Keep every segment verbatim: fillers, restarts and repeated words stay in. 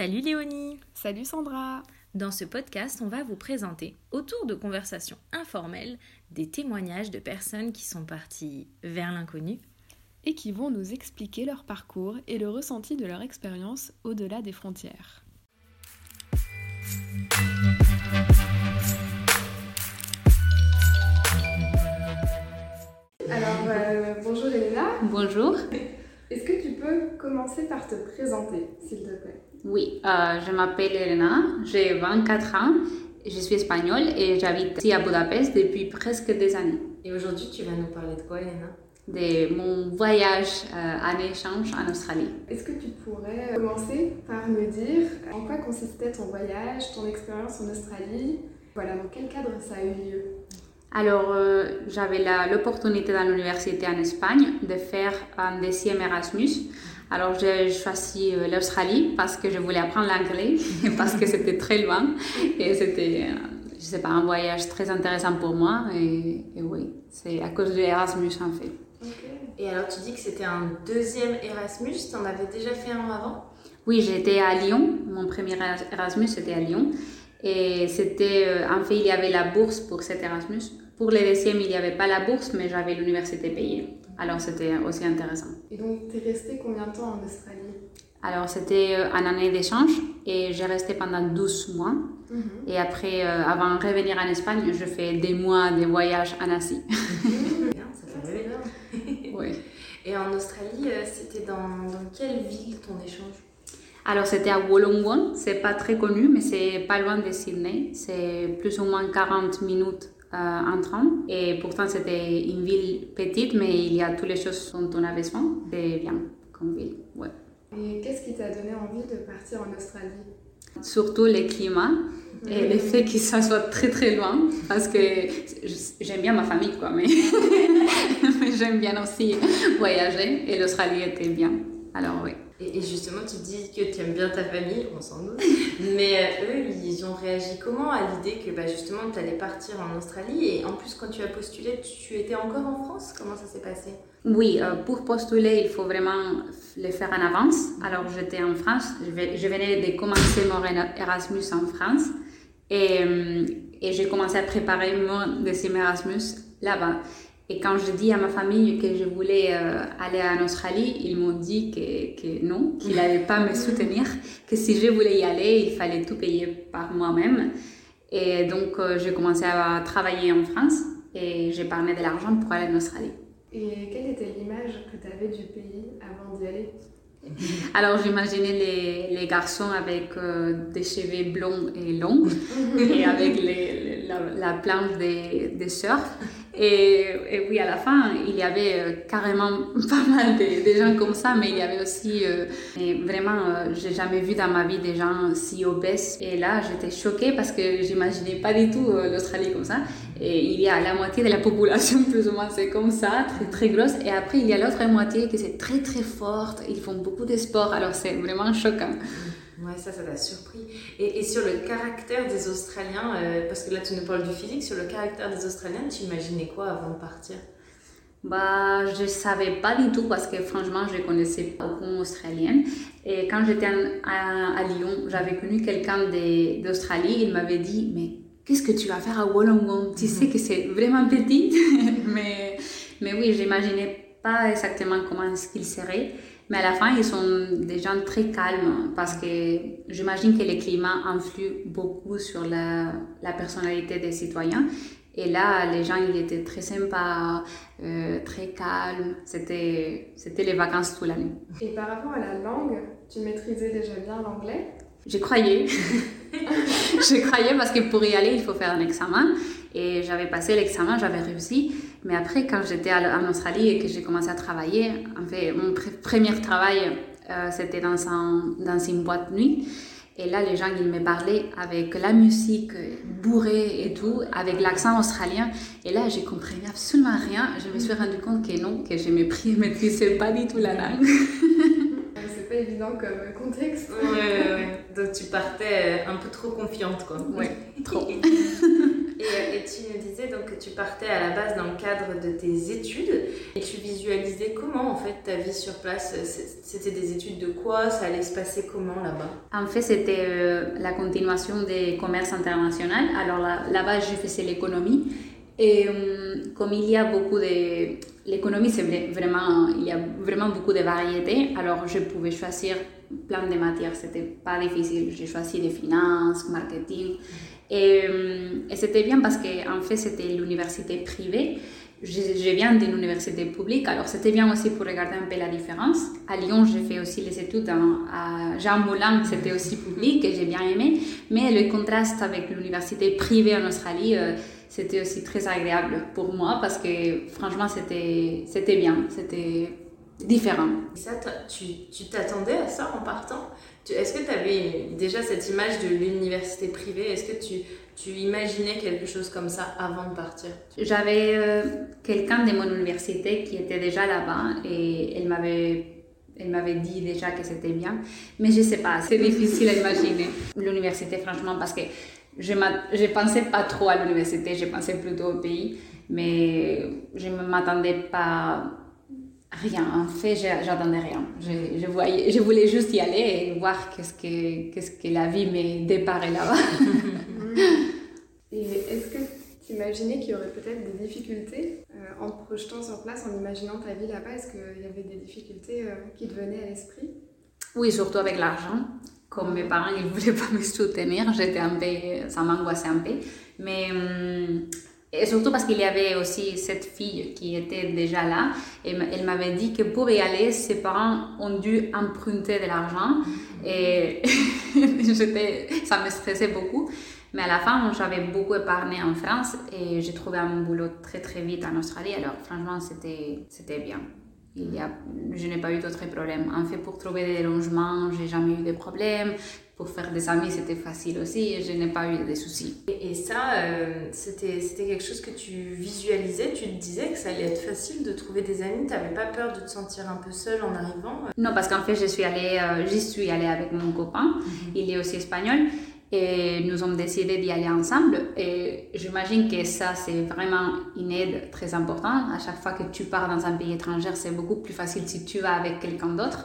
Salut Léonie. Salut Sandra. Dans ce podcast, on va vous présenter, autour de conversations informelles, des témoignages de personnes qui sont parties vers l'inconnu et qui vont nous expliquer leur parcours et le ressenti de leur expérience au-delà des frontières. Alors, euh, bonjour Elena. Bonjour. Est-ce que tu peux commencer par te présenter, s'il te plaît? Oui, euh, je m'appelle Elena, j'ai vingt-quatre ans, je suis espagnole et j'habite ici à Budapest depuis presque des années. Et aujourd'hui, tu vas nous parler de quoi, Elena? De mon voyage euh, en échange en Australie. Est-ce que tu pourrais commencer par me dire en quoi consistait ton voyage, ton expérience en Australie? Voilà, dans quel cadre ça a eu lieu? Alors, euh, j'avais la, l'opportunité dans l'université en Espagne de faire un deuxième Erasmus. Alors, j'ai choisi euh, l'Australie parce que je voulais apprendre l'anglais, parce que c'était très loin. Et c'était, euh, je sais pas, un voyage très intéressant pour moi. Et, et oui, c'est à cause de l'Erasmus en fait. Okay. Et alors, tu dis que c'était un deuxième Erasmus, tu en avais déjà fait un avant? Oui, j'étais à Lyon. Mon premier Erasmus, c'était à Lyon. Et c'était, euh, en fait, il y avait la bourse pour cet Erasmus. Pour les deuxièmes, il n'y avait pas la bourse, mais j'avais l'université payée. Alors, c'était aussi intéressant. Et donc, tu es restée combien de temps en Australie? Alors, c'était euh, une année d'échange et j'ai resté pendant douze mois. Mm-hmm. Et après, euh, avant de revenir en Espagne, je fais des mois de voyage en Asie. Bien, ça fait rêver. Oui. Et en Australie, c'était dans, dans quelle ville ton échange? Alors, c'était à Wollongong, c'est pas très connu, mais c'est pas loin de Sydney. C'est plus ou moins quarante minutes euh, en train. Et pourtant, c'était une ville petite, mais il y a toutes les choses dont on a besoin. C'est bien comme ville, ouais. Et qu'est-ce qui t'a donné envie de partir en Australie? Surtout le climat et le fait que ça soit très très loin, parce que j'aime bien ma famille, quoi, mais, mais j'aime bien aussi voyager et l'Australie était bien. Alors, oui. Et justement, tu dis que tu aimes bien ta famille, on s'en doute, mais eux, ils ont réagi comment à l'idée que bah, justement tu allais partir en Australie et en plus quand tu as postulé, tu étais encore en France? Comment ça s'est passé? Oui, euh, pour postuler, il faut vraiment le faire en avance. Alors j'étais en France, je venais de commencer mon Erasmus en France et, et j'ai commencé à préparer mon deuxième Erasmus là-bas. Et quand je dis à ma famille que je voulais euh, aller en Australie, ils m'ont dit que, que non, qu'ils n'allaient pas me soutenir, que si je voulais y aller, il fallait tout payer par moi-même. Et donc, euh, j'ai commencé à travailler en France et j'ai parlé de l'argent pour aller en Australie. Et quelle était l'image que tu avais du pays avant d'y aller? Alors, j'imaginais les, les garçons avec euh, des cheveux blonds et longs et avec les, les, la, la planche des, des surf. Et, et oui, à la fin, il y avait euh, carrément pas mal de, de gens comme ça, mais il y avait aussi, euh, et vraiment, euh, j'ai jamais vu dans ma vie des gens si obèses. Et là, j'étais choquée parce que j'imaginais pas du tout euh, l'Australie comme ça. Et il y a la moitié de la population, plus ou moins, c'est comme ça, très très grosse. Et après, il y a l'autre moitié qui c'est très très forte. Ils font beaucoup de sport, alors c'est vraiment choquant. Ouais, ça, ça t'a surpris. Et, et sur le caractère des Australiens, euh, parce que là, tu nous parles du physique, sur le caractère des Australiens, tu imaginais quoi avant de partir? Bah, je ne savais pas du tout parce que franchement, je ne connaissais aucun Australien. Et quand j'étais à, à Lyon, j'avais connu quelqu'un de, d'Australie. Il m'avait dit, mais qu'est-ce que tu vas faire à Wollongong? Tu sais que c'est vraiment petit. mais, mais oui, je n'imaginais pas exactement comment est-ce qu'il serait. Mais à la fin, ils sont des gens très calmes parce que j'imagine que le climat influe beaucoup sur la, la personnalité des citoyens. Et là, les gens, ils étaient très sympas, euh, très calmes. C'était, c'était les vacances toute l'année. Et par rapport à la langue, tu maîtrisais déjà bien l'anglais? Je croyais. je croyais parce que pour y aller, il faut faire un examen. Et j'avais passé l'examen, j'avais réussi. Mais après, quand j'étais en Australie et que j'ai commencé à travailler, en fait, mon pr- premier travail, euh, c'était dans, un, dans une boîte de nuit. Et là, les gens, ils me parlaient avec la musique bourrée et tout, avec l'accent australien. Et là, je ne comprenais absolument rien. Je me suis rendu compte que non, que je ne maîtrisais pas du tout la langue. C'est pas évident comme contexte. Ouais, ouais, ouais. Donc tu partais un peu trop confiante, quoi. Ouais, trop. Et Et, et tu nous disais donc que tu partais à la base dans le cadre de tes études et tu visualisais comment en fait ta vie sur place? C'était des études de quoi? Ça allait se passer comment là-bas? En fait, c'était euh, la continuation des commerces international. Alors là, là-bas, je faisais l'économie. Et euh, comme il y a beaucoup de... L'économie, c'est vraiment... Il y a vraiment beaucoup de variétés. Alors, je pouvais choisir plein de matières. C'était pas difficile. J'ai choisi des finances, marketing. Et, euh, et c'était bien parce qu'en fait, c'était l'université privée. Je, je viens d'une université publique, alors c'était bien aussi pour regarder un peu la différence. À Lyon, j'ai fait aussi les études en, à Jean Moulin, c'était aussi public et j'ai bien aimé. Mais le contraste avec l'université privée en Australie, euh, c'était aussi très agréable pour moi parce que franchement, c'était, c'était bien, c'était différent. Et ça, tu, tu t'attendais à ça en partant? tu, Est-ce que tu avais déjà cette image de l'université privée? Est-ce que tu, tu imaginais quelque chose comme ça avant de partir? J'avais euh, quelqu'un de mon université qui était déjà là-bas et elle m'avait, elle m'avait dit déjà que c'était bien. Mais je ne sais pas, c'est difficile à imaginer. L'université, franchement, parce que je ne pensais pas trop à l'université, je pensais plutôt au pays. Mais je ne m'attendais pas... Rien, en fait, j'attendais rien. Je, je, voyais, je voulais juste y aller et voir qu'est-ce que, qu'est-ce que la vie me déparait là-bas. Et est-ce que tu imaginais qu'il y aurait peut-être des difficultés euh, en te projetant sur place, en imaginant ta vie là-bas? Est-ce qu'il y avait des difficultés euh, qui te venaient à l'esprit? Oui, surtout avec l'argent. Comme mes parents ne voulaient pas me soutenir, j'étais un peu, ça m'angoissait un peu. Mais... Hum, Et surtout parce qu'il y avait aussi cette fille qui était déjà là. Et elle m'avait dit que pour y aller, ses parents ont dû emprunter de l'argent. Et j'étais, ça me stressait beaucoup. Mais à la fin, j'avais beaucoup épargné en France et j'ai trouvé un boulot très très vite en Australie. Alors franchement, c'était, c'était bien. Il y a, je n'ai pas eu d'autres problèmes. En fait, pour trouver des logements, j'ai jamais eu de problèmes. Pour faire des amis, c'était facile aussi et je n'ai pas eu de soucis. Et, et ça, euh, c'était, c'était quelque chose que tu visualisais? Tu te disais que ça allait être facile de trouver des amis? Tu n'avais pas peur de te sentir un peu seule en arrivant? Non, parce qu'en fait, je suis allée, euh, j'y suis allée avec mon copain. Mm-hmm. Il est aussi espagnol. Et nous avons décidé d'y aller ensemble. Et j'imagine que ça, c'est vraiment une aide très importante. À chaque fois que tu pars dans un pays étranger, c'est beaucoup plus facile si tu vas avec quelqu'un d'autre.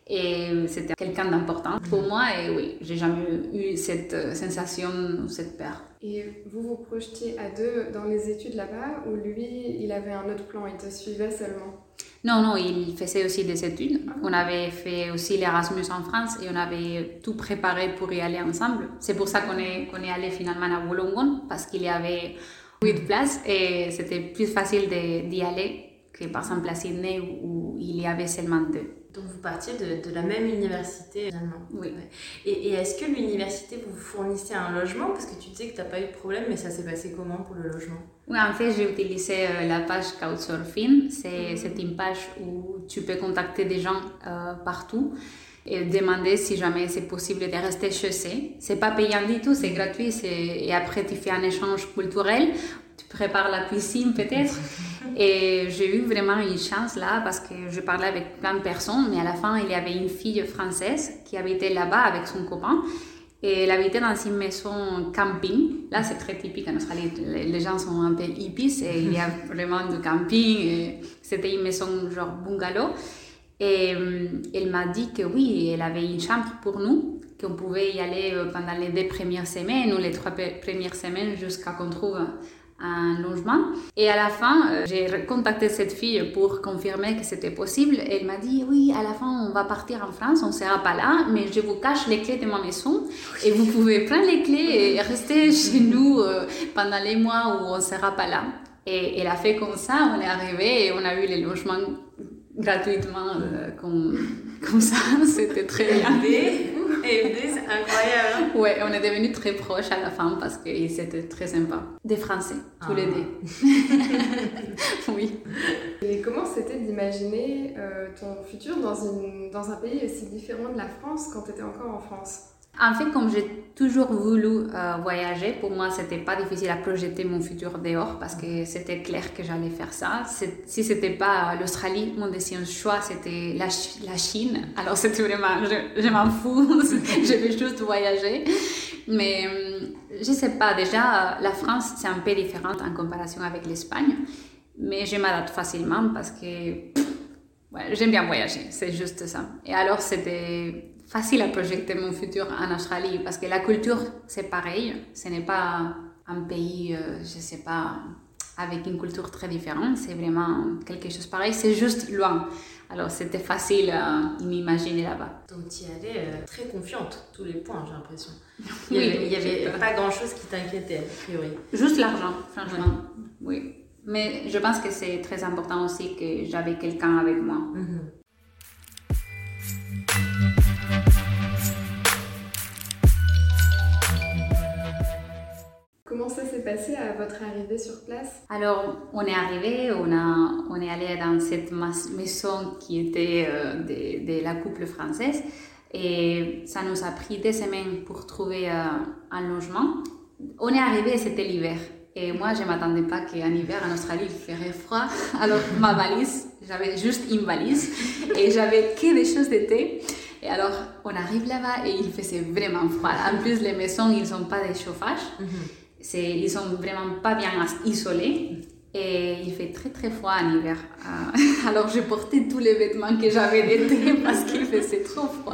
Et c'était quelqu'un d'important pour moi. Et oui, j'ai jamais eu cette sensation ou cette peur. Et vous vous projetiez à deux dans les études là-bas, ou lui, il avait un autre plan, il te suivait seulement? Non, non, il faisait aussi des études. On avait fait aussi l'Erasmus en France et on avait tout préparé pour y aller ensemble. C'est pour ça qu'on est, qu'on est allé finalement à Wollongong, parce qu'il y avait huit places et c'était plus facile de, d'y aller que par exemple à Sydney où, où il y avait seulement deux. Donc vous partiez de, de la même université finalement. Oui. Ouais. Et, et est-ce que l'université vous fournissait un logement? Parce que tu disais que tu n'as pas eu de problème, mais ça s'est passé comment pour le logement? Oui, en fait, j'ai utilisé euh, la page Couchsurfing. C'est, c'est une page où tu peux contacter des gens euh, partout et demander si jamais c'est possible de rester chez eux. C'est pas payant du tout, c'est gratuit. C'est... Et après, tu fais un échange culturel. Tu prépares la cuisine peut-être. Et j'ai eu vraiment une chance là parce que je parlais avec plein de personnes, mais à la fin, il y avait une fille française qui habitait là-bas avec son copain. Et elle habitait dans une maison camping. Là, c'est très typique en Australie. Les gens sont un peu hippies et il y a vraiment du camping. Et c'était une maison genre bungalow. Et elle m'a dit que oui, elle avait une chambre pour nous, qu'on pouvait y aller pendant les deux premières semaines ou les trois premières semaines jusqu'à qu'on trouve un logement. Et à la fin, euh, j'ai contacté cette fille pour confirmer que c'était possible. Elle m'a dit, oui, à la fin, on va partir en France, on ne sera pas là, mais je vous cache les clés de ma maison et vous pouvez prendre les clés et rester chez nous euh, pendant les mois où on ne sera pas là. Et elle a fait comme ça, on est arrivé et on a eu les logements gratuitement euh, comme, comme ça. C'était très bien. Et c'est incroyable. Ouais, on est devenus très proches à la fin parce qu'ils étaient très sympas. Des Français, tous ah. les deux. Oui. Et comment c'était d'imaginer euh, ton futur dans, une, dans un pays aussi différent de la France quand tu étais encore en France? En fait, comme j'ai toujours voulu euh, voyager, pour moi, c'était pas difficile à projeter mon futur dehors parce que c'était clair que j'allais faire ça. C'est, si c'était pas l'Australie, mon deuxième choix, c'était la, la Chine. Alors, c'était vraiment, je, je m'en fous, je vais juste voyager. Mais euh, je sais pas, déjà, la France, c'est un peu différente en comparaison avec l'Espagne, mais je m'adapte facilement parce que pff, ouais, j'aime bien voyager, c'est juste ça. Et alors, c'était facile à projeter mon futur en Australie parce que la culture, c'est pareil, ce n'est pas un pays, euh, je sais pas, avec une culture très différente, c'est vraiment quelque chose pareil, c'est juste loin. Alors c'était facile à m'imaginer là-bas. Donc tu y allais euh, très confiante, tous les points, j'ai l'impression. Oui, Il n'y avait, avait pas grand-chose qui t'inquiétait, a priori. Juste l'argent, franchement, ouais. Oui. Mais je pense que c'est très important aussi que j'avais quelqu'un avec moi. Mm-hmm. Comment ça s'est passé à votre arrivée sur place? Alors, on est arrivé, on, a, on est allé dans cette maison qui était euh, de, de la couple française et ça nous a pris des semaines pour trouver euh, un logement. On est arrivé, c'était l'hiver. Et moi, je ne m'attendais pas qu'en hiver, en Australie, il ferait froid. Alors, ma valise, j'avais juste une valise et j'avais que des choses d'été. Et alors, on arrive là-bas et il faisait vraiment froid. En plus, les maisons, ils n'ont pas de chauffage. Mm-hmm. C'est, ils sont vraiment pas bien isolés et il fait très très froid en hiver. Euh, alors j'ai porté tous les vêtements que j'avais d'été parce qu'il faisait trop froid.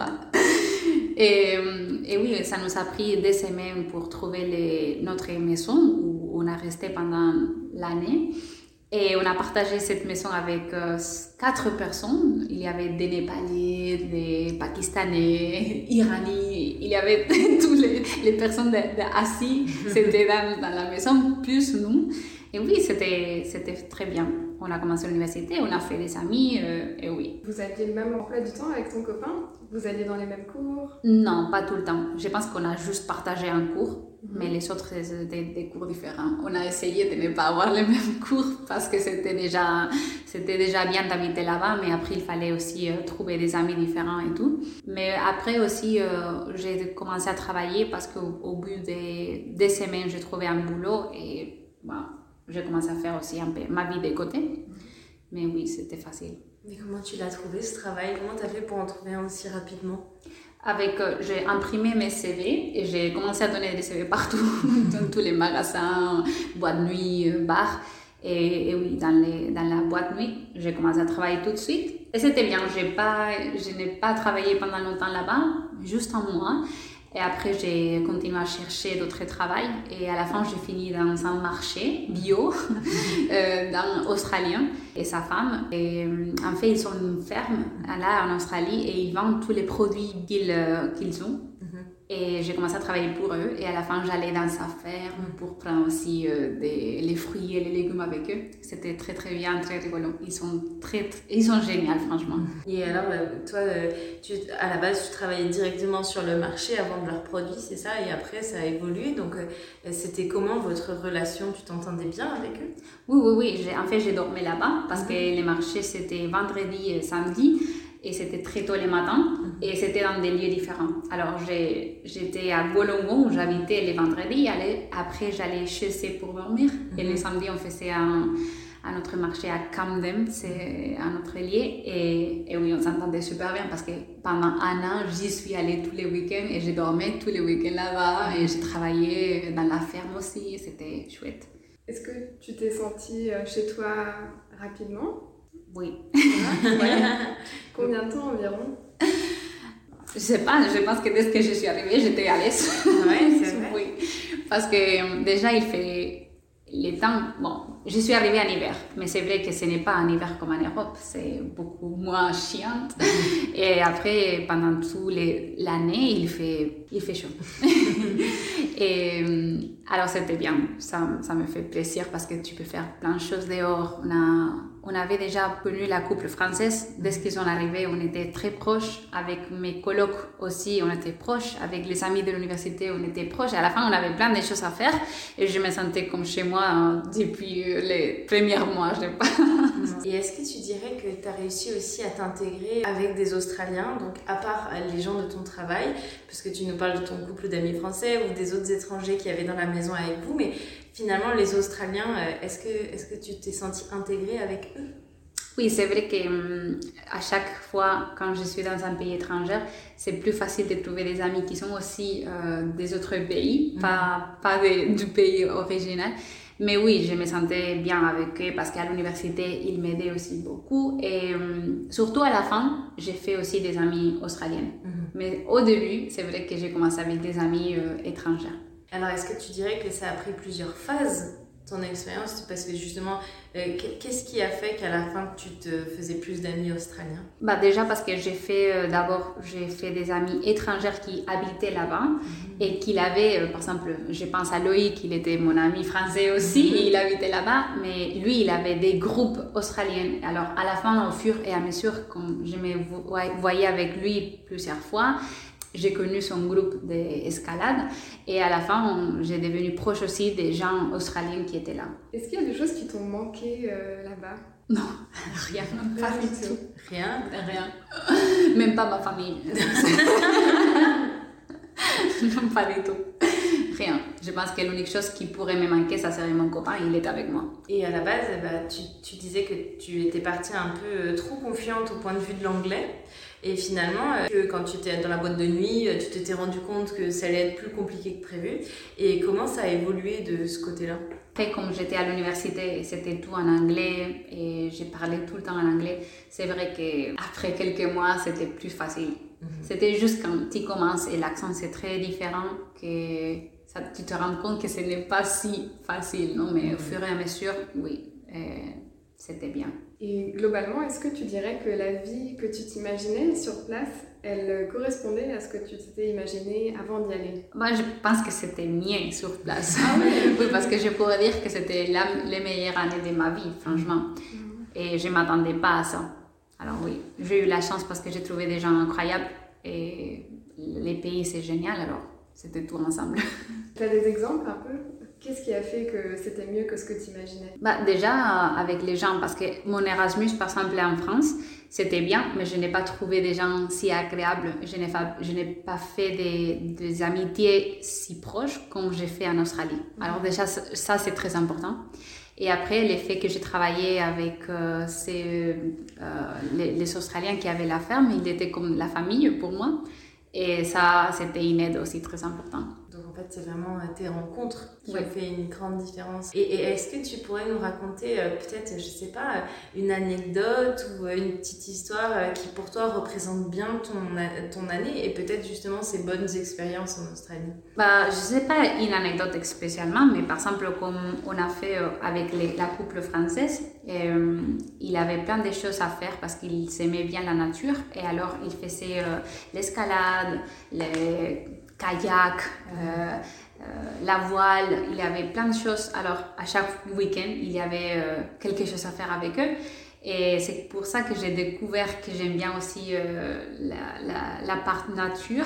Et, et oui, ça nous a pris des semaines pour trouver les, notre maison où on a resté pendant l'année. Et on a partagé cette maison avec euh, quatre personnes. Il y avait des Népalais, des Pakistanais, Iraniens. Il y avait toutes les, les personnes d'Asie. C'était dans, dans la maison, plus nous. Et oui, c'était, c'était très bien. On a commencé l'université, on a fait des amis, euh, et oui. Vous aviez le même emploi du temps avec ton copain? Vous alliez dans les mêmes cours? Non, pas tout le temps. Je pense qu'on a juste partagé un cours, mm-hmm. mais les autres, c'était des, des cours différents. On a essayé de ne pas avoir les mêmes cours parce que c'était déjà, c'était déjà bien d'habiter là-bas, mais après, il fallait aussi euh, trouver des amis différents et tout. Mais après aussi, euh, j'ai commencé à travailler parce qu'au au bout des, des semaines, j'ai trouvé un boulot et bon, j'ai commencé à faire aussi un peu ma vie de côté. Mais oui, c'était facile. Mais comment tu l'as trouvé ce travail? Comment tu as fait pour en trouver un aussi rapidement? Avec, euh, j'ai imprimé mes C V et j'ai commencé à donner des C V partout, dans tous les magasins, boîtes de nuit, bars. Et, et oui, dans, les, dans la boîte de nuit, j'ai commencé à travailler tout de suite. Et c'était bien, j'ai pas, je n'ai pas travaillé pendant longtemps là-bas, juste un mois. Et après, j'ai continué à chercher d'autres travail. Et à la fin, j'ai fini dans un marché bio, euh, dans australien, et sa femme. Et en fait, ils ont une ferme là en Australie et ils vendent tous les produits qu'ils, euh, qu'ils ont. Et j'ai commencé à travailler pour eux. Et à la fin, j'allais dans sa ferme pour prendre aussi euh, des, les fruits et les légumes avec eux. C'était très, très bien, très rigolo. Ils sont, très, ils sont géniaux, franchement. Et alors, toi, tu, à la base, tu travaillais directement sur le marché à vendre leurs produits, c'est ça? Et après, ça a évolué. Donc, c'était comment votre relation? Tu t'entendais bien avec eux? Oui, oui, oui. J'ai, en fait, j'ai dormi là-bas parce mm-hmm. que les marchés, c'était vendredi et samedi. Et c'était très tôt le matin et c'était dans des lieux différents. Alors j'ai, j'étais à Wollongong où j'habitais les vendredis. Après j'allais chez eux pour dormir. Mm-hmm. Et le samedi on faisait un, un autre marché à Camden, c'est un autre lieu. Et, et oui, on s'entendait super bien parce que pendant un an j'y suis allée tous les week-ends et j'ai dormi tous les week-ends là-bas. Et j'ai travaillé dans la ferme aussi, c'était chouette. Est-ce que tu t'es sentie chez toi rapidement? Oui. Ouais. Combien de temps environ? Je sais pas, je pense que dès que je suis arrivée, j'étais à l'aise. Ouais, c'est vrai. Oui. Parce que déjà, il fait les temps. Bon, je suis arrivée en hiver, mais c'est vrai que ce n'est pas un hiver comme en Europe, c'est beaucoup moins chiant. Et après, pendant toute l'année, il fait, il fait chaud. Et alors, c'était bien, ça, ça me fait plaisir parce que tu peux faire plein de choses dehors. On a. On avait déjà connu la couple française. Dès qu'ils sont arrivés, on était très proches. Avec mes colocs aussi, on était proches. Avec les amis de l'université, on était proches. Et à la fin, on avait plein de choses à faire. Et je me sentais comme chez moi hein, depuis les premiers mois, je sais pas. Et est-ce que tu dirais que tu as réussi aussi à t'intégrer avec des Australiens, donc à part les gens de ton travail, parce que tu nous parles de ton couple d'amis français ou des autres étrangers qui avaient dans la maison avec vous, mais finalement, les Australiens, est-ce que, est-ce que tu t'es senti intégrée avec eux? Oui, c'est vrai que hum, à chaque fois quand je suis dans un pays étranger, c'est plus facile de trouver des amis qui sont aussi euh, des autres pays, mm-hmm. pas, pas de, du pays original. Mais oui, je me sentais bien avec eux parce qu'à l'université, ils m'aidaient aussi beaucoup. Et hum, surtout à la fin, j'ai fait aussi des amis australiennes. Mm-hmm. Mais au début, c'est vrai que j'ai commencé avec des amis euh, étrangers. Alors, est-ce que tu dirais que ça a pris plusieurs phases, ton expérience? Parce que justement, euh, qu'est-ce qui a fait qu'à la fin, tu te faisais plus d'amis australiens? Bah déjà parce que j'ai fait, euh, d'abord, j'ai fait des amis étrangers qui habitaient là-bas mm-hmm. et qu'il avait, euh, par exemple, je pense à Loïc, il était mon ami français aussi, mm-hmm. il habitait là-bas, mais lui, il avait des groupes australiens. Alors, à la fin, au fur et à mesure, comme je me voyais avec lui plusieurs fois, j'ai connu son groupe d'escalade et à la fin, on, j'ai devenu proche aussi des gens australiens qui étaient là. Est-ce qu'il y a des choses qui t'ont manqué euh, là-bas? Non, rien. Pas du tout. Rien? Rien. Même pas ma famille. Non, pas du tout. Rien. Je pense que l'unique chose qui pourrait me manquer, ça serait mon copain, il est avec moi. Et à la base, bah, tu, tu disais que tu étais partie un peu trop confiante au point de vue de l'anglais. Et finalement, que quand tu étais dans la boîte de nuit, tu t'étais rendu compte que ça allait être plus compliqué que prévu. Et comment ça a évolué de ce côté-là? Après, comme j'étais à l'université, c'était tout en anglais et j'ai parlé tout le temps en anglais. C'est vrai qu'après quelques mois, c'était plus facile. Mm-hmm. C'était juste quand tu commences et l'accent c'est très différent que ça, tu te rends compte que ce n'est pas si facile. Non? Mais mm-hmm. au fur et à mesure, oui. Et c'était bien. Et globalement, est-ce que tu dirais que la vie que tu t'imaginais sur place, elle correspondait à ce que tu t'étais imaginé avant d'y aller? Moi, je pense que c'était mieux sur place. Ah ouais? Oui, parce que je pourrais dire que c'était la, les meilleures années de ma vie, franchement. Mm. Et je ne m'attendais pas à ça. Alors oui, j'ai eu la chance parce que j'ai trouvé des gens incroyables et les pays, c'est génial, alors c'était tout ensemble. Tu as des exemples un peu? Qu'est-ce qui a fait que c'était mieux que ce que tu imaginais? Bah, déjà, avec les gens, parce que mon Erasmus, par exemple, en France, c'était bien, mais je n'ai pas trouvé des gens si agréables. Je n'ai pas, je n'ai pas fait des, des amitiés si proches comme j'ai fait en Australie. Alors déjà, ça, c'est très important. Et après, le fait que j'ai travaillé avec euh, ces, euh, les, les Australiens qui avaient la ferme, ils étaient comme la famille pour moi. Et ça, c'était une aide aussi très importante. Donc en fait, c'est vraiment tes rencontres qui oui. ont fait une grande différence. Et, et est-ce que tu pourrais nous raconter euh, peut-être, je sais pas, une anecdote ou une petite histoire euh, qui pour toi représente bien ton, ton année et peut-être justement ces bonnes expériences en Australie? Bah, je sais pas une anecdote spécialement, mais par exemple, comme on a fait euh, avec les, la couple française, euh, il avait plein de choses à faire parce qu'il aimait bien la nature et alors il faisait euh, l'escalade, les kayak, euh, euh, la voile, il y avait plein de choses. Alors, à chaque week-end, il y avait euh, quelque chose à faire avec eux. Et c'est pour ça que j'ai découvert que j'aime bien aussi euh, la, la, la part nature.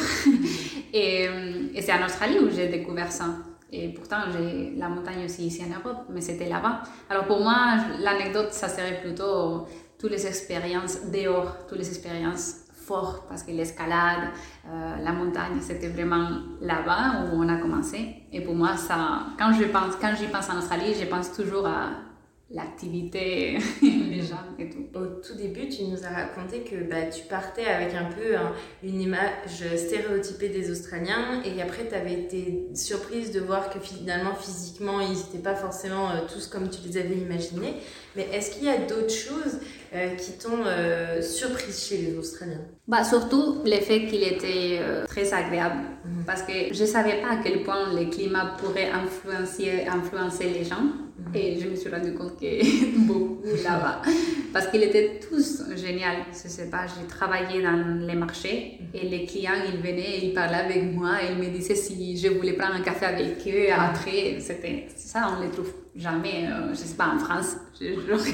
et, et c'est en Australie où j'ai découvert ça. Et pourtant, j'ai la montagne aussi ici en Europe, mais c'était là-bas. Alors pour moi, l'anecdote, ça serait plutôt toutes les expériences dehors, toutes les expériences fortes, parce que l'escalade, euh, la montagne, c'était vraiment là-bas où on a commencé. Et pour moi, ça, quand je pense, quand j'y pense en Australie, je pense toujours à l'activité, les gens et tout. Au tout début, tu nous as raconté que bah, tu partais avec un peu hein, une image stéréotypée des Australiens et qu'après tu avais été surprise de voir que finalement physiquement ils n'étaient pas forcément euh, tous comme tu les avais imaginés. Mais est-ce qu'il y a d'autres choses euh, qui t'ont euh, surprise chez les Australiens? Bah, surtout le fait qu'il était euh, très agréable. Mmh. Parce que je ne savais pas à quel point le climat pourrait influencer, influencer les gens. Mmh. Et je me suis rendu compte que beaucoup là-bas. Parce qu'ils étaient tous géniaux. Je ne sais pas, j'ai travaillé dans les marchés mmh. et les clients, ils venaient et ils parlaient avec moi et ils me disaient si je voulais prendre un café avec eux. Après, c'était ça, on ne les trouve jamais, euh, je ne sais pas, en France. Je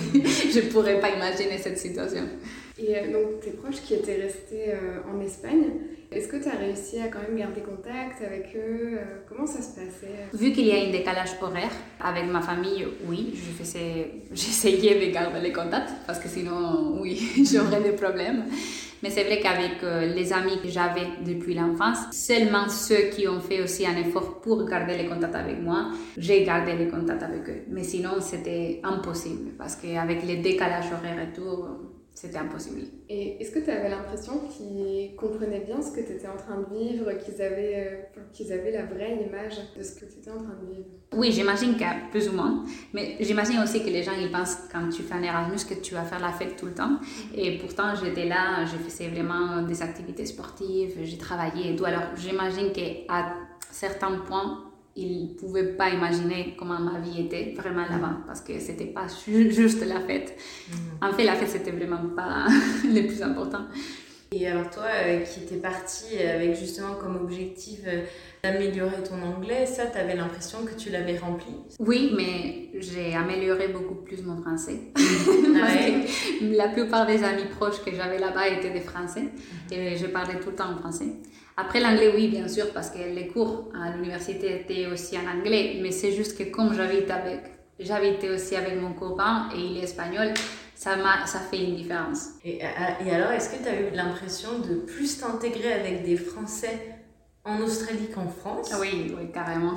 ne pourrais pas imaginer cette situation. Et euh, donc, tes proches qui étaient restés euh, en Espagne, est-ce que tu as réussi à quand même garder contact avec eux? euh, Comment ça se passait? Vu qu'il y a un décalage horaire, avec ma famille, oui, je faisais, j'essayais de garder les contacts, parce que sinon, oui, j'aurais des problèmes. Mais c'est vrai qu'avec euh, les amis que j'avais depuis l'enfance, seulement ceux qui ont fait aussi un effort pour garder les contacts avec moi, j'ai gardé les contacts avec eux. Mais sinon, c'était impossible parce qu'avec les décalages horaires et tout, c'était impossible. Et est-ce que tu avais l'impression qu'ils comprenaient bien ce que tu étais en train de vivre, qu'ils avaient, euh, qu'ils avaient la vraie image de ce que tu étais en train de vivre? Oui, j'imagine que plus ou moins. Mais j'imagine aussi que les gens ils pensent quand tu fais un Erasmus que tu vas faire la fête tout le temps. Et pourtant, j'étais là, je faisais vraiment des activités sportives, j'ai travaillé et tout. Alors, j'imagine qu'à certains points, ils ne pouvaient pas imaginer comment ma vie était vraiment là-bas parce que ce n'était pas ju- juste la fête. Mmh. En fait, la fête, c'était vraiment pas le plus important. Et alors toi, euh, qui étais partie avec justement comme objectif euh, d'améliorer ton anglais, ça, tu avais l'impression que tu l'avais rempli? Oui, mais j'ai amélioré beaucoup plus mon français. Ah ouais. Parce que la plupart des amis proches que j'avais là-bas étaient des Français. Mmh. Et je parlais tout le temps en français. Après l'anglais, oui, bien sûr, parce que les cours à l'université étaient aussi en anglais, mais c'est juste que comme j'habite avec, j'habitais aussi avec mon copain et il est espagnol, ça m'a, ça fait une différence. Et, et alors, est-ce que tu as eu l'impression de plus t'intégrer avec des Français en Australie qu'en France? Oui, oui, carrément.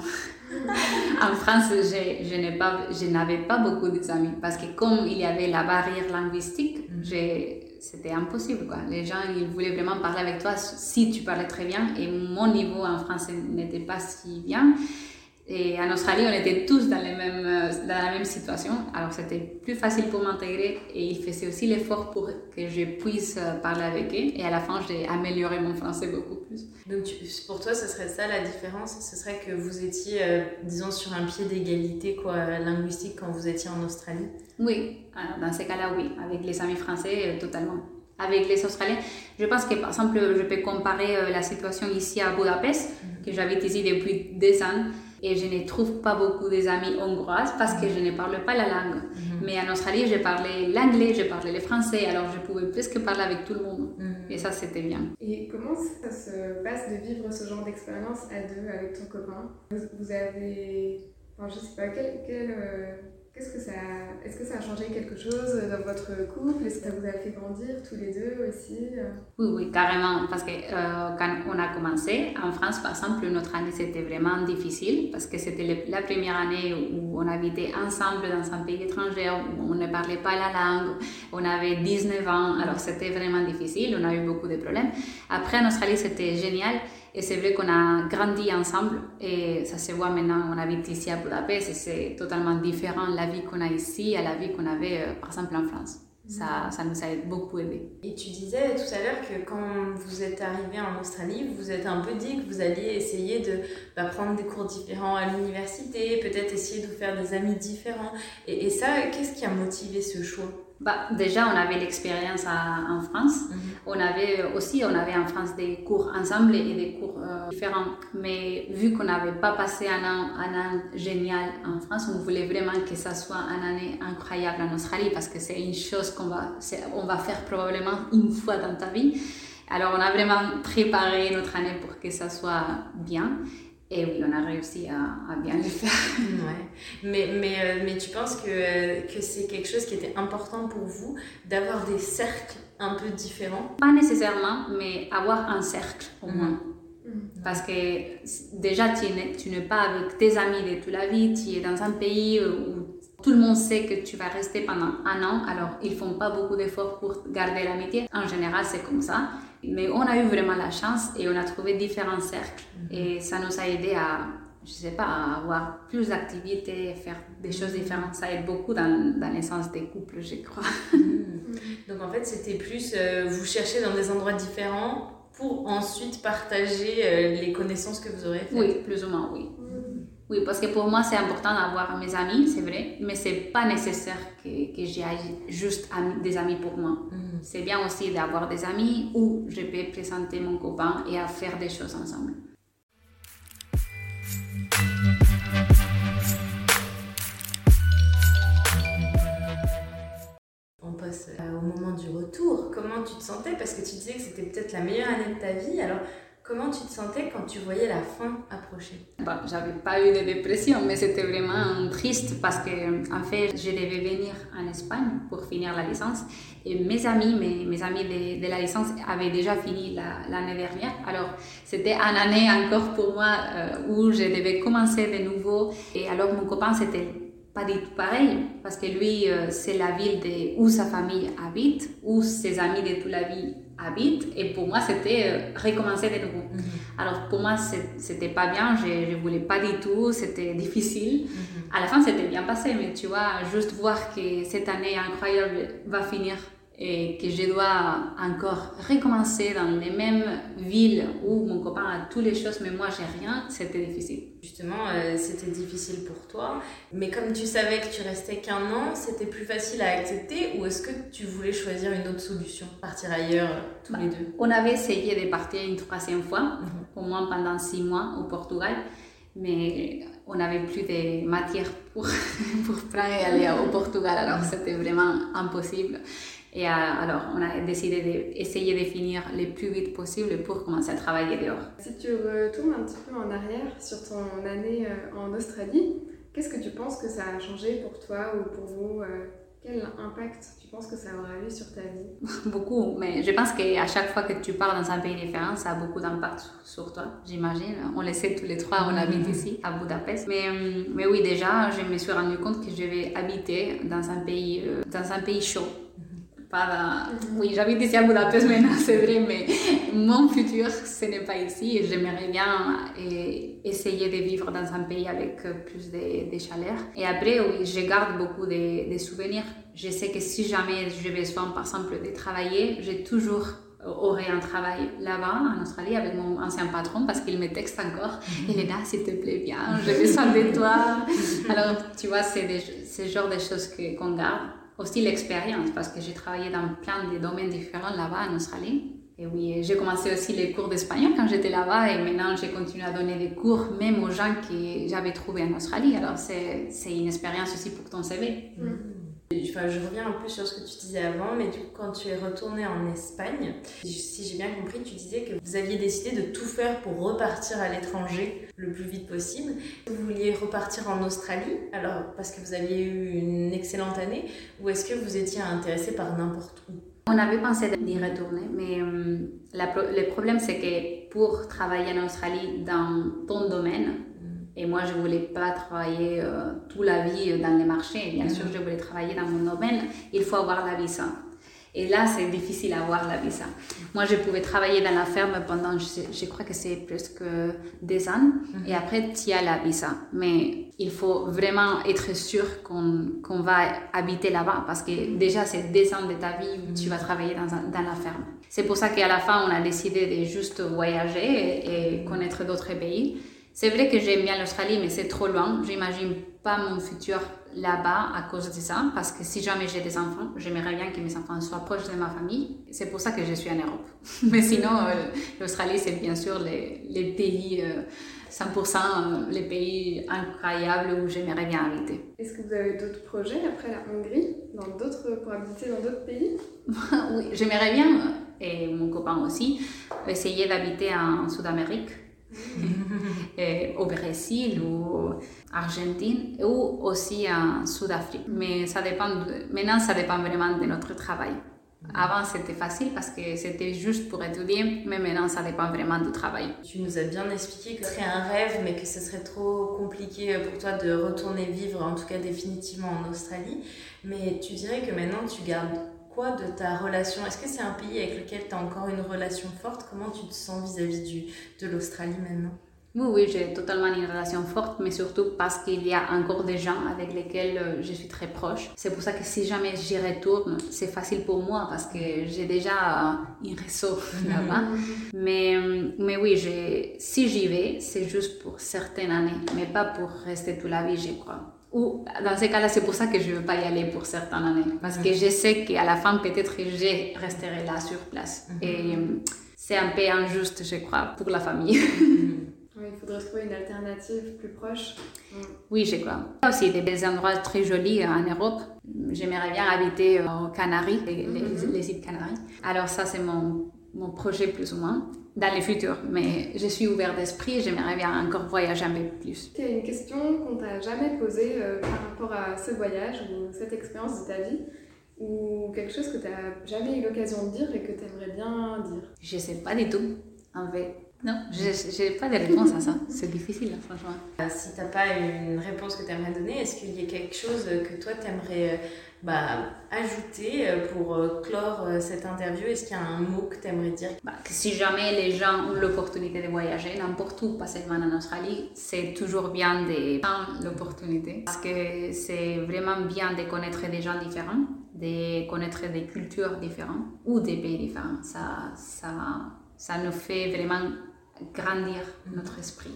En France, je, je, n'ai pas, je n'avais pas beaucoup d'amis parce que comme il y avait la barrière linguistique, mm. j'ai... c'était impossible, quoi. Les gens, ils voulaient vraiment parler avec toi si tu parlais très bien et mon niveau en français n'était pas si bien. Et en Australie, on était tous dans, les mêmes, dans la même situation, alors c'était plus facile pour m'intégrer et ils faisaient aussi l'effort pour que je puisse parler avec eux. Et à la fin, j'ai amélioré mon français beaucoup plus. Donc tu, pour toi, ce serait ça la différence? Ce serait que vous étiez, euh, disons, sur un pied d'égalité quoi, linguistique quand vous étiez en Australie? Oui, dans ces cas-là, oui. Avec les amis français, totalement. Avec les Australiens, je pense que par exemple, je peux comparer la situation ici à Budapest, mm-hmm. que j'habite ici depuis des ans. Et je ne trouve pas beaucoup d'amis hongroises parce que je ne parle pas la langue. Mm-hmm. Mais en Australie, je parlais l'anglais, je parlais le français, alors je pouvais presque parler avec tout le monde. Mm-hmm. Et ça, c'était bien. Et comment ça se passe de vivre ce genre d'expérience à deux avec ton copain? Vous, vous avez... Enfin, je ne sais pas, quel... quel euh... Qu'est-ce que ça a... Est-ce que ça a changé quelque chose dans votre couple? Est-ce que ça vous a fait grandir tous les deux aussi? Oui, oui, carrément. Parce que euh, quand on a commencé, en France, par exemple, notre année, c'était vraiment difficile parce que c'était la première année où on habitait ensemble dans un pays étranger, où on ne parlait pas la langue, on avait dix-neuf ans, alors c'était vraiment difficile, on a eu beaucoup de problèmes. Après, en Australie, c'était génial. Et c'est vrai qu'on a grandi ensemble et ça se voit maintenant, on habite ici à Budapest et c'est totalement différent la vie qu'on a ici à la vie qu'on avait euh, par exemple en France. Ça, ça nous a beaucoup aidé. Et tu disais tout à l'heure que quand vous êtes arrivé en Australie, vous vous êtes un peu dit que vous alliez essayer de bah, prendre des cours différents à l'université, peut-être essayer de faire des amis différents. Et, et ça, qu'est-ce qui a motivé ce choix? Bah, déjà, on avait l'expérience à, en France. Mm-hmm. On avait aussi, on avait en France des cours ensemble et des cours euh, différents. Mais vu qu'on n'avait pas passé un an, un an génial en France, on voulait vraiment que ça soit une année incroyable en Australie parce que c'est une chose qu'on va, on va faire probablement une fois dans ta vie. Alors, on a vraiment préparé notre année pour que ça soit bien. Et oui, on a réussi à, à bien le faire. Ouais. Mais, mais, euh, mais tu penses que, que c'est quelque chose qui était important pour vous, d'avoir des cercles un peu différents? Pas nécessairement, mais avoir un cercle au moins. Mmh. Parce que déjà, tu n'es, tu n'es pas avec tes amis de toute la vie, tu es dans un pays où tout le monde sait que tu vas rester pendant un an, alors ils ne font pas beaucoup d'efforts pour garder l'amitié. En général, c'est comme ça. Mais on a eu vraiment la chance et on a trouvé différents cercles. Mmh. Et ça nous a aidé à, je sais pas, à avoir plus d'activités, faire des choses différentes. Ça aide beaucoup dans, dans l'essence des couples, je crois. Mmh. Donc en fait, c'était plus, euh, vous cherchez dans des endroits différents pour ensuite partager euh, les connaissances que vous aurez faites. Oui, plus ou moins, oui. Mmh. Oui, parce que pour moi, c'est important d'avoir mes amis, c'est vrai, mais ce n'est pas nécessaire que, que j'ai juste des amis pour moi. Mm. C'est bien aussi d'avoir des amis où je peux présenter mon copain et à faire des choses ensemble. On passe au moment du retour. Comment tu te sentais? Parce que tu disais que c'était peut-être la meilleure année de ta vie. Alors, Comment tu te sentais quand tu voyais la fin approcher? Bon, j'avais pas eu de dépression, mais c'était vraiment triste parce que, en fait, je devais venir en Espagne pour finir la licence. Et mes amis, mes, mes amis de, de la licence avaient déjà fini la, l'année dernière. Alors, c'était une année encore pour moi euh, où je devais commencer de nouveau. Et alors, mon copain, c'était pas du tout pareil, parce que lui, euh, c'est la ville de, où sa famille habite, où ses amis de toute la vie habitent, et pour moi, c'était euh, recommencer de nouveau. Mm-hmm. Alors, pour moi, c'est, c'était pas bien, je, je voulais pas du tout, c'était difficile. Mm-hmm. À la fin, c'était bien passé, mais tu vois, juste voir que cette année incroyable va finir et que je dois encore recommencer dans les mêmes villes où mon copain a toutes les choses, mais moi, j'ai rien, c'était difficile. Justement, euh, c'était difficile pour toi, mais comme tu savais que tu restais qu'un an, c'était plus facile à accepter, ou est-ce que tu voulais choisir une autre solution, partir ailleurs tous bah, les deux? On avait essayé de partir une troisième fois, mm-hmm. au moins pendant six mois au Portugal, mais on n'avait plus de matière pour, pour prendre et aller au Portugal, alors c'était vraiment impossible. Et euh, alors, on a décidé d'essayer de finir le plus vite possible pour commencer à travailler dehors. Si tu retournes un petit peu en arrière sur ton année en Australie, qu'est-ce que tu penses que ça a changé pour toi ou pour vous? Quel impact tu penses que ça aura eu sur ta vie? Beaucoup, mais je pense qu'à chaque fois que tu pars dans un pays différent, ça a beaucoup d'impact sur toi, j'imagine. On le sait tous les trois, on habite ici, à Budapest. Mais, mais oui, déjà, je me suis rendu compte que je vais habiter dans un pays, dans un pays chaud. Pas dans... Oui, j'habite ici à Budapest maintenant, c'est vrai, mais mon futur, ce n'est pas ici. Et j'aimerais bien et, essayer de vivre dans un pays avec plus de, de chaleur. Et après, oui, je garde beaucoup de, de souvenirs. Je sais que si jamais j'ai besoin, par exemple, de travailler, j'ai toujours aurai un travail là-bas, en Australie, avec mon ancien patron, parce qu'il me texte encore. « Elena, s'il te plaît, viens, j'ai besoin de toi. » Alors, tu vois, c'est des, ce genre de choses que, qu'on garde. Aussi l'expérience, parce que j'ai travaillé dans plein de domaines différents là-bas en Australie. Et oui, j'ai commencé aussi les cours d'espagnol quand j'étais là-bas, et maintenant j'ai continué à donner des cours même aux gens que j'avais trouvés en Australie. Alors c'est, c'est une expérience aussi pour ton C V. Mmh. Enfin, je reviens un peu sur ce que tu disais avant, mais du coup, quand tu es retournée en Espagne, si j'ai bien compris, tu disais que vous aviez décidé de tout faire pour repartir à l'étranger le plus vite possible. Vous vouliez repartir en Australie, alors parce que vous aviez eu une excellente année, ou est-ce que vous étiez intéressé par n'importe où? On avait pensé d'y retourner, mais euh, la, le problème c'est que pour travailler en Australie dans ton domaine, et moi, je ne voulais pas travailler euh, toute la vie dans les marchés. Bien mmh. sûr, je voulais travailler dans mon domaine. Il faut avoir la visa. Et là, c'est difficile d'avoir la visa. Moi, je pouvais travailler dans la ferme pendant, je, sais, je crois que c'est presque deux ans. Mmh. Et après, tu as la visa. Mais il faut vraiment être sûr qu'on, qu'on va habiter là-bas. Parce que déjà, c'est deux ans de ta vie où mmh. tu vas travailler dans, un, dans la ferme. C'est pour ça qu'à la fin, on a décidé de juste voyager et, et connaître d'autres pays. C'est vrai que j'aime bien l'Australie, mais c'est trop loin. J'imagine pas mon futur là-bas à cause de ça, parce que si jamais j'ai des enfants, j'aimerais bien que mes enfants soient proches de ma famille. C'est pour ça que je suis en Europe. Mais sinon, euh, l'Australie, c'est bien sûr les, les pays, euh, cent pour cent euh, les pays incroyables où j'aimerais bien habiter. Est-ce que vous avez d'autres projets après la Hongrie, dans d'autres, pour habiter dans d'autres pays? Oui, j'aimerais bien, et mon copain aussi, essayer d'habiter en Sud-Amérique. Et au Brésil ou Argentine ou aussi en Sud-Afrique. Mais ça dépend de, maintenant, ça dépend vraiment de notre travail. Avant, c'était facile parce que c'était juste pour étudier, mais maintenant, ça dépend vraiment du travail. Tu nous as bien expliqué que ce serait un rêve, mais que ce serait trop compliqué pour toi de retourner vivre, en tout cas définitivement en Australie. Mais tu dirais que maintenant, tu gardes quoi de ta relation? Est-ce que c'est un pays avec lequel tu as encore une relation forte? Comment tu te sens vis-à-vis du, de l'Australie maintenant? Oui, oui, j'ai totalement une relation forte, mais surtout parce qu'il y a encore des gens avec lesquels je suis très proche. C'est pour ça que si jamais j'y retourne, c'est facile pour moi parce que j'ai déjà un réseau là-bas. mais, mais oui, j'ai, si j'y vais, c'est juste pour certaines années, mais pas pour rester toute la vie, je crois. Ou dans ces cas-là, c'est pour ça que je ne veux pas y aller pour certaines années. Parce que je sais qu'à la fin, peut-être que je resterai là sur place. Mm-hmm. Et c'est un peu injuste, je crois, pour la famille. Oui, il faudrait trouver une alternative plus proche. Mm. Oui, je crois. Il y a aussi des endroits très jolis en Europe. J'aimerais bien habiter aux Canaries, les, mm-hmm. les, les îles Canaries. Alors ça, c'est mon, mon projet plus ou moins. dans le futur. Mais je suis ouverte d'esprit et j'aimerais bien encore voyager un peu plus. Il y a une question qu'on t'a jamais posée euh, par rapport à ce voyage ou cette expérience de ta vie, ou quelque chose que tu n'as jamais eu l'occasion de dire et que tu aimerais bien dire? Je ne sais pas du tout, en fait. Non, je n'ai pas de réponse à ça. C'est difficile, franchement. Euh, si tu n'as pas une réponse que tu aimerais donner, est-ce qu'il y a quelque chose que toi, tu aimerais bah, ajouter pour clore cette interview? Est-ce qu'il y a un mot que tu aimerais dire? Bah, que si jamais les gens ont l'opportunité de voyager n'importe où, pas seulement en Australie, c'est toujours bien de prendre l'opportunité. Parce que c'est vraiment bien de connaître des gens différents, de connaître des cultures différentes ou des pays différents. Ça, ça, ça nous fait vraiment grandir notre esprit.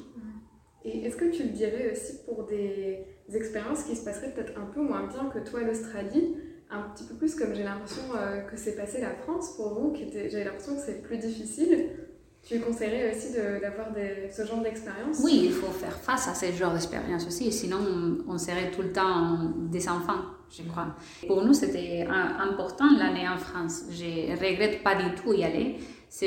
Et est-ce que tu le dirais aussi pour des expériences qui se passeraient peut-être un peu moins bien que toi l'Australie, un petit peu plus comme j'ai l'impression euh, que c'est passé la France pour vous, qui était, j'ai l'impression que c'est plus difficile. Tu conseillerais aussi de, d'avoir des, ce genre d'expérience? Oui, il faut faire face à ce genre d'expérience aussi, sinon on, on serait tout le temps des enfants, je crois. Pour nous, c'était un, important l'année en France. Je ne regrette pas du tout y aller.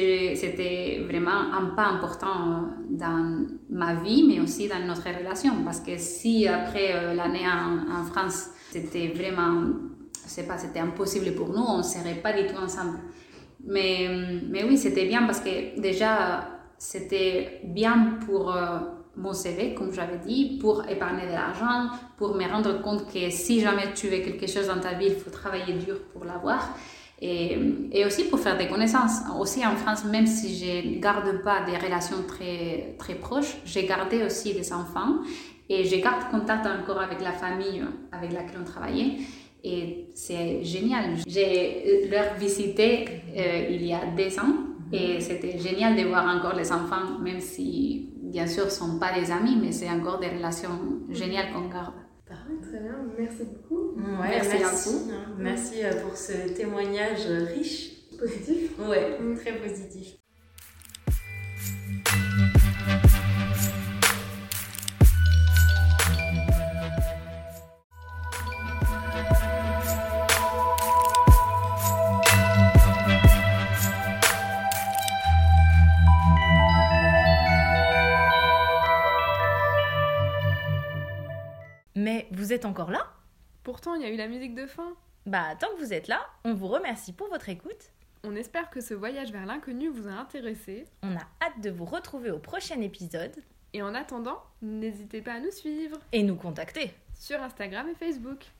C'était vraiment un pas important dans ma vie, mais aussi dans notre relation. Parce que si après l'année en, en France, c'était vraiment, je sais pas, c'était impossible pour nous, on ne serait pas du tout ensemble. Mais, mais oui, c'était bien parce que déjà, c'était bien pour euh, mon C V, comme j'avais dit, pour épargner de l'argent, pour me rendre compte que si jamais tu veux quelque chose dans ta vie, il faut travailler dur pour l'avoir. Et, et aussi pour faire des connaissances. Aussi en France, même si je ne garde pas des relations très, très proches, j'ai gardé aussi des enfants et je garde contact encore avec la famille avec laquelle on travaillait. Et c'est génial. J'ai leur visité euh, il y a deux ans et c'était génial de voir encore les enfants, même si bien sûr ce ne sont pas des amis, mais c'est encore des relations géniales qu'on garde. Très bien, merci beaucoup. Ouais, merci, merci à vous. Merci pour ce témoignage riche. Positif. Ouais, mmh. Très positif. Mais vous êtes encore là? Pourtant, il y a eu la musique de fin. Bah, tant que vous êtes là, on vous remercie pour votre écoute. On espère que ce voyage vers l'inconnu vous a intéressé. On a hâte de vous retrouver au prochain épisode. Et en attendant, n'hésitez pas à nous suivre. Et nous contacter. Sur Instagram et Facebook.